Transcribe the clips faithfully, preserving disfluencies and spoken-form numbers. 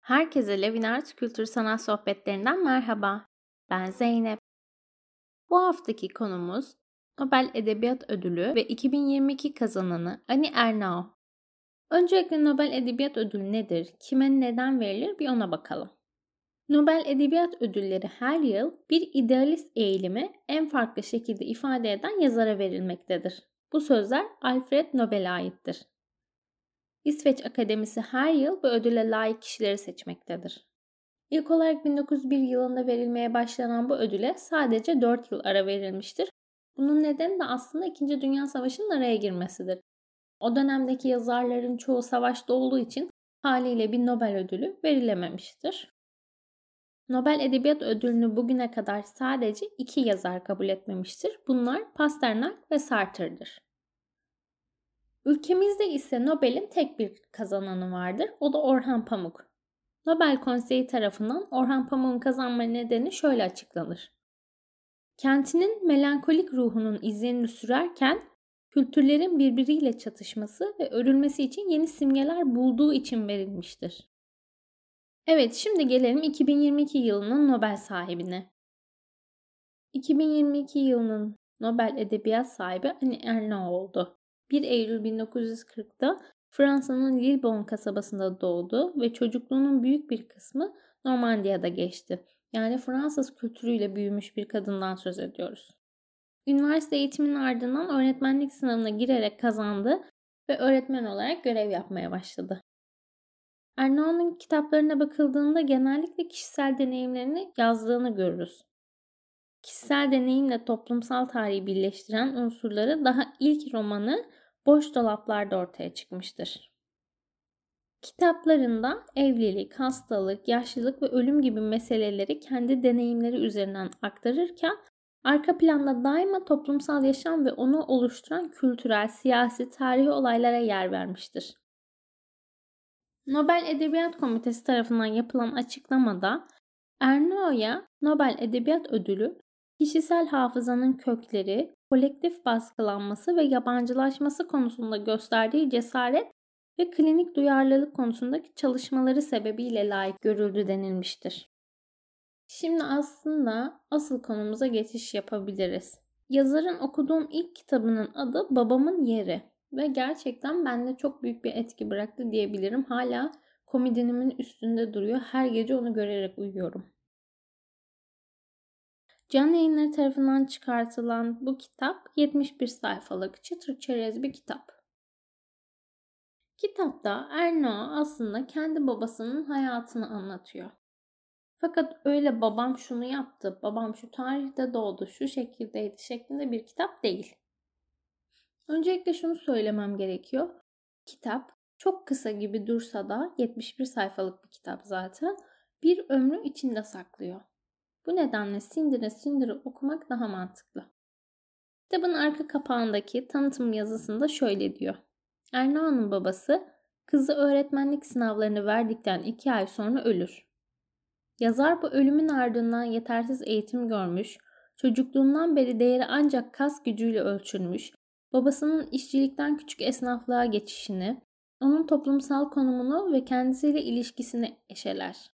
Herkese Levinart Kültür Sanat Sohbetlerinden merhaba. Ben Zeynep. Bu haftaki konumuz Nobel Edebiyat Ödülü ve iki bin yirmi iki kazananı Ani Ernaux. Öncelikle Nobel Edebiyat Ödülü nedir, kime neden verilir bir ona bakalım. Nobel Edebiyat Ödülleri her yıl bir idealist eğilimi en farklı şekilde ifade eden yazara verilmektedir. Bu sözler Alfred Nobel'e aittir. İsveç Akademisi her yıl bu ödüle layık kişileri seçmektedir. İlk olarak bin dokuz yüz bir yılında verilmeye başlanan bu ödüle sadece dört yıl ara verilmiştir. Bunun nedeni de aslında İkinci Dünya Savaşı'nın araya girmesidir. O dönemdeki yazarların çoğu savaşta olduğu için haliyle bir Nobel ödülü verilememiştir. Nobel Edebiyat Ödülünü bugüne kadar sadece iki yazar kabul etmemiştir. Bunlar Pasternak ve Sartre'dir. Ülkemizde ise Nobel'in tek bir kazananı vardır. O da Orhan Pamuk. Nobel Konseyi tarafından Orhan Pamuk'un kazanma nedeni şöyle açıklanır. Kentinin melankolik ruhunun izlerini sürerken kültürlerin birbiriyle çatışması ve örülmesi için yeni simgeler bulduğu için verilmiştir. Evet, şimdi gelelim iki bin yirmi iki yılının Nobel sahibine. iki bin yirmi iki yılının Nobel Edebiyat sahibi Ani Ernaux oldu. bir Eylül bin dokuz yüz kırkta Fransa'nın Lillebonne kasabasında doğdu ve çocukluğunun büyük bir kısmı Normandiya'da geçti. Yani Fransız kültürüyle büyümüş bir kadından söz ediyoruz. Üniversite eğitiminin ardından öğretmenlik sınavına girerek kazandı ve öğretmen olarak görev yapmaya başladı. Ernaux'un kitaplarına bakıldığında genellikle kişisel deneyimlerini yazdığını görürüz. Kişisel deneyimle toplumsal tarihi birleştiren unsurları daha ilk romanı Boş Dolaplar'da ortaya çıkmıştır. Kitaplarında evlilik, hastalık, yaşlılık ve ölüm gibi meseleleri kendi deneyimleri üzerinden aktarırken arka planda daima toplumsal yaşam ve onu oluşturan kültürel, siyasi, tarihi olaylara yer vermiştir. Nobel Edebiyat Komitesi tarafından yapılan açıklamada Ernaux'a Nobel Edebiyat Ödülü, kişisel hafızanın kökleri, kolektif baskılanması ve yabancılaşması konusunda gösterdiği cesaret ve klinik duyarlılık konusundaki çalışmaları sebebiyle layık görüldü denilmiştir. Şimdi aslında asıl konumuza geçiş yapabiliriz. Yazarın okuduğum ilk kitabının adı Babamın Yeri ve gerçekten bende çok büyük bir etki bıraktı diyebilirim. Hala komodinimin üstünde duruyor. Her gece onu görerek uyuyorum. Can Yayınları tarafından çıkartılan bu kitap yetmiş bir sayfalık çıtır çerez bir kitap. Kitapta Ernaux aslında kendi babasının hayatını anlatıyor. Fakat öyle babam şunu yaptı, babam şu tarihte doğdu, şu şekildeydi şeklinde bir kitap değil. Öncelikle şunu söylemem gerekiyor. Kitap çok kısa gibi dursa da yetmiş bir sayfalık bir kitap zaten bir ömrü içinde saklıyor. Bu nedenle sindire sindire okumak daha mantıklı. Kitabın arka kapağındaki tanıtım yazısında şöyle diyor. Ernaux'un babası kızı öğretmenlik sınavlarını verdikten iki ay sonra ölür. Yazar bu ölümün ardından yetersiz eğitim görmüş, çocukluğundan beri değeri ancak kas gücüyle ölçülmüş, babasının işçilikten küçük esnaflığa geçişini, onun toplumsal konumunu ve kendisiyle ilişkisini eşeler.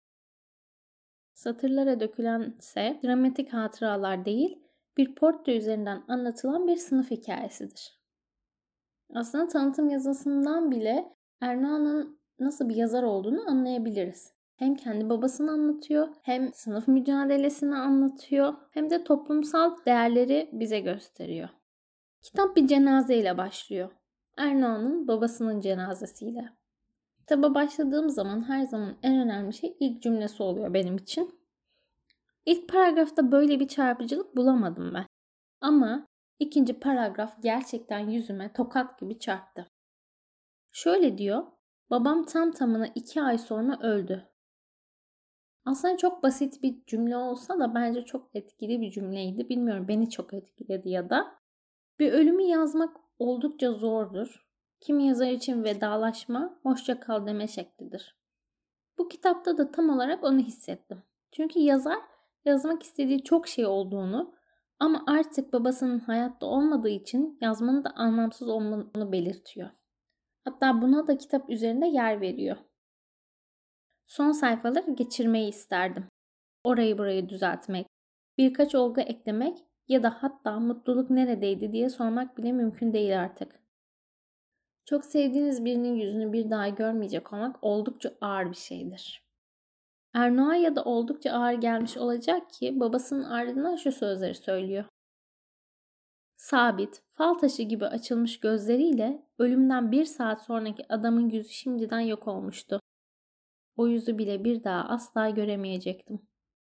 Satırlara dökülense dramatik hatıralar değil, bir portre üzerinden anlatılan bir sınıf hikayesidir. Aslında tanıtım yazısından bile Ernaux'un nasıl bir yazar olduğunu anlayabiliriz. Hem kendi babasını anlatıyor, hem sınıf mücadelesini anlatıyor, hem de toplumsal değerleri bize gösteriyor. Kitap bir cenazeyle başlıyor. Ernaux'un babasının cenazesiyle. Kitaba başladığım zaman her zaman en önemli şey ilk cümlesi oluyor benim için. İlk paragrafta böyle bir çarpıcılık bulamadım ben. Ama ikinci paragraf gerçekten yüzüme tokat gibi çarptı. Şöyle diyor, babam tam tamına iki ay sonra öldü. Aslında çok basit bir cümle olsa da bence çok etkili bir cümleydi. Bilmiyorum, beni çok etkiledi ya da. Bir ölümü yazmak oldukça zordur. Kimi yazar için vedalaşma, hoşça kal deme şeklidir. Bu kitapta da tam olarak onu hissettim. Çünkü yazar yazmak istediği çok şey olduğunu ama artık babasının hayatta olmadığı için yazmanın da anlamsız olmadığını belirtiyor. Hatta buna da kitap üzerinde yer veriyor. Son sayfaları geçirmeyi isterdim. Orayı burayı düzeltmek, birkaç olgu eklemek ya da hatta mutluluk neredeydi diye sormak bile mümkün değil artık. Çok sevdiğiniz birinin yüzünü bir daha görmeyecek olmak oldukça ağır bir şeydir. Ernoa'ya da oldukça ağır gelmiş olacak ki babasının ardından şu sözleri söylüyor. Sabit, fal taşı gibi açılmış gözleriyle ölümden bir saat sonraki adamın yüzü şimdiden yok olmuştu. O yüzü bile bir daha asla göremeyecektim.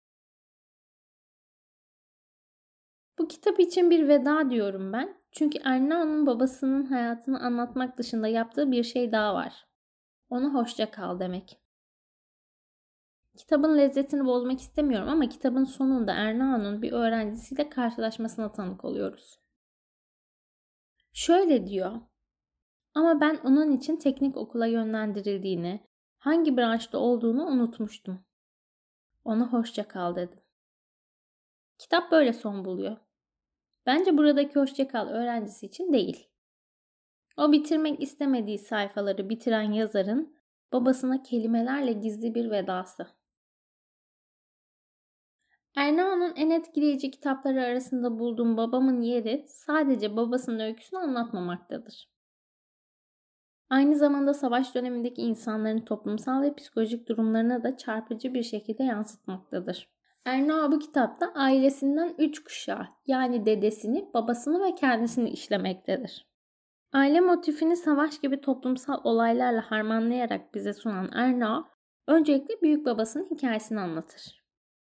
Bu kitap için bir veda diyorum ben. Çünkü Erna'nın babasının hayatını anlatmak dışında yaptığı bir şey daha var. Ona hoşça kal demek. Kitabın lezzetini bozmak istemiyorum ama kitabın sonunda Erna'nın bir öğrencisiyle karşılaşmasına tanık oluyoruz. Şöyle diyor. Ama ben onun için teknik okula yönlendirildiğini, hangi branşta olduğunu unutmuştum. Ona hoşça kal dedim. Kitap böyle son buluyor. Bence buradaki hoşça kal öğrencisi için değil. O bitirmek istemediği sayfaları bitiren yazarın babasına kelimelerle gizli bir vedası. Erna'nın en etkileyici kitapları arasında bulduğum Babamın Yeri sadece babasının öyküsünü anlatmamaktadır. Aynı zamanda savaş dönemindeki insanların toplumsal ve psikolojik durumlarına da çarpıcı bir şekilde yansıtmaktadır. Erna bu kitapta ailesinden üç kuşağı yani dedesini, babasını ve kendisini işlemektedir. Aile motifini savaş gibi toplumsal olaylarla harmanlayarak bize sunan Erna, öncelikle büyük babasının hikayesini anlatır.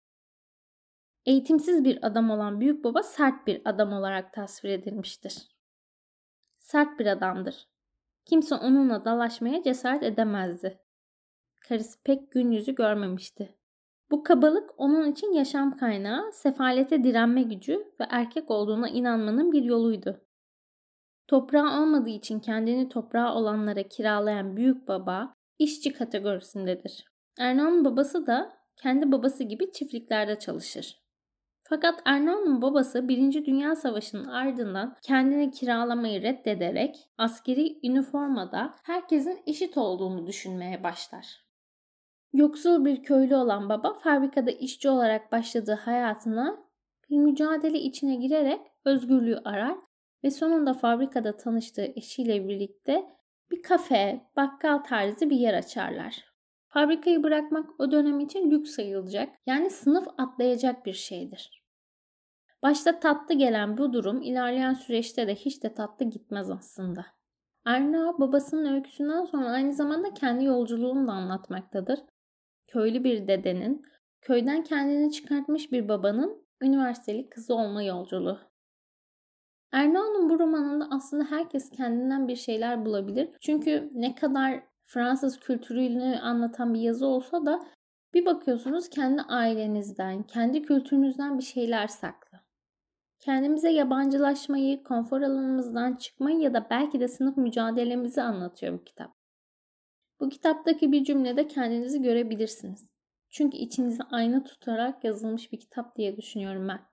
Eğitimsiz bir adam olan büyük baba sert bir adam olarak tasvir edilmiştir. Sert bir adamdır. Kimse onunla dalaşmaya cesaret edemezdi. Karısı pek gün yüzü görmemişti. Bu kabalık onun için yaşam kaynağı, sefalete direnme gücü ve erkek olduğuna inanmanın bir yoluydu. Toprağı olmadığı için kendini toprağı olanlara kiralayan büyük baba işçi kategorisindedir. Erna'nın babası da kendi babası gibi çiftliklerde çalışır. Fakat Erna'nın babası Birinci Dünya Savaşı'nın ardından kendini kiralamayı reddederek askeri üniformada herkesin eşit olduğunu düşünmeye başlar. Yoksul bir köylü olan baba fabrikada işçi olarak başladığı hayatına bir mücadele içine girerek özgürlüğü arar ve sonunda fabrikada tanıştığı eşiyle birlikte bir kafe, bakkal tarzı bir yer açarlar. Fabrikayı bırakmak o dönem için lüks sayılacak, yani sınıf atlayacak bir şeydir. Başta tatlı gelen bu durum ilerleyen süreçte de hiç de tatlı gitmez aslında. Erna babasının öyküsünden sonra aynı zamanda kendi yolculuğunu da anlatmaktadır. Köylü bir dedenin, köyden kendini çıkartmış bir babanın üniversiteli kızı olma yolculuğu. Erna'nın bu romanında aslında herkes kendinden bir şeyler bulabilir. Çünkü ne kadar Fransız kültürünü anlatan bir yazı olsa da bir bakıyorsunuz kendi ailenizden, kendi kültürünüzden bir şeyler saklı. Kendimize yabancılaşmayı, konfor alanımızdan çıkmayı ya da belki de sınıf mücadelemizi anlatıyor bu kitap. Bu kitaptaki bir cümlede kendinizi görebilirsiniz. Çünkü içinize ayna tutarak yazılmış bir kitap diye düşünüyorum ben.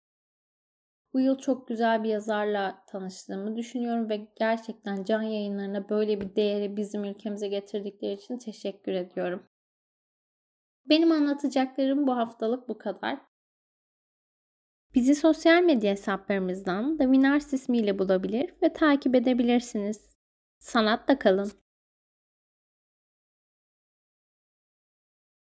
Bu yıl çok güzel bir yazarla tanıştığımı düşünüyorum ve gerçekten Can Yayınları'na böyle bir değeri bizim ülkemize getirdikleri için teşekkür ediyorum. Benim anlatacaklarım bu haftalık bu kadar. Bizi sosyal medya hesaplarımızdan Davinars ismiyle bulabilir ve takip edebilirsiniz. Sanatla kalın.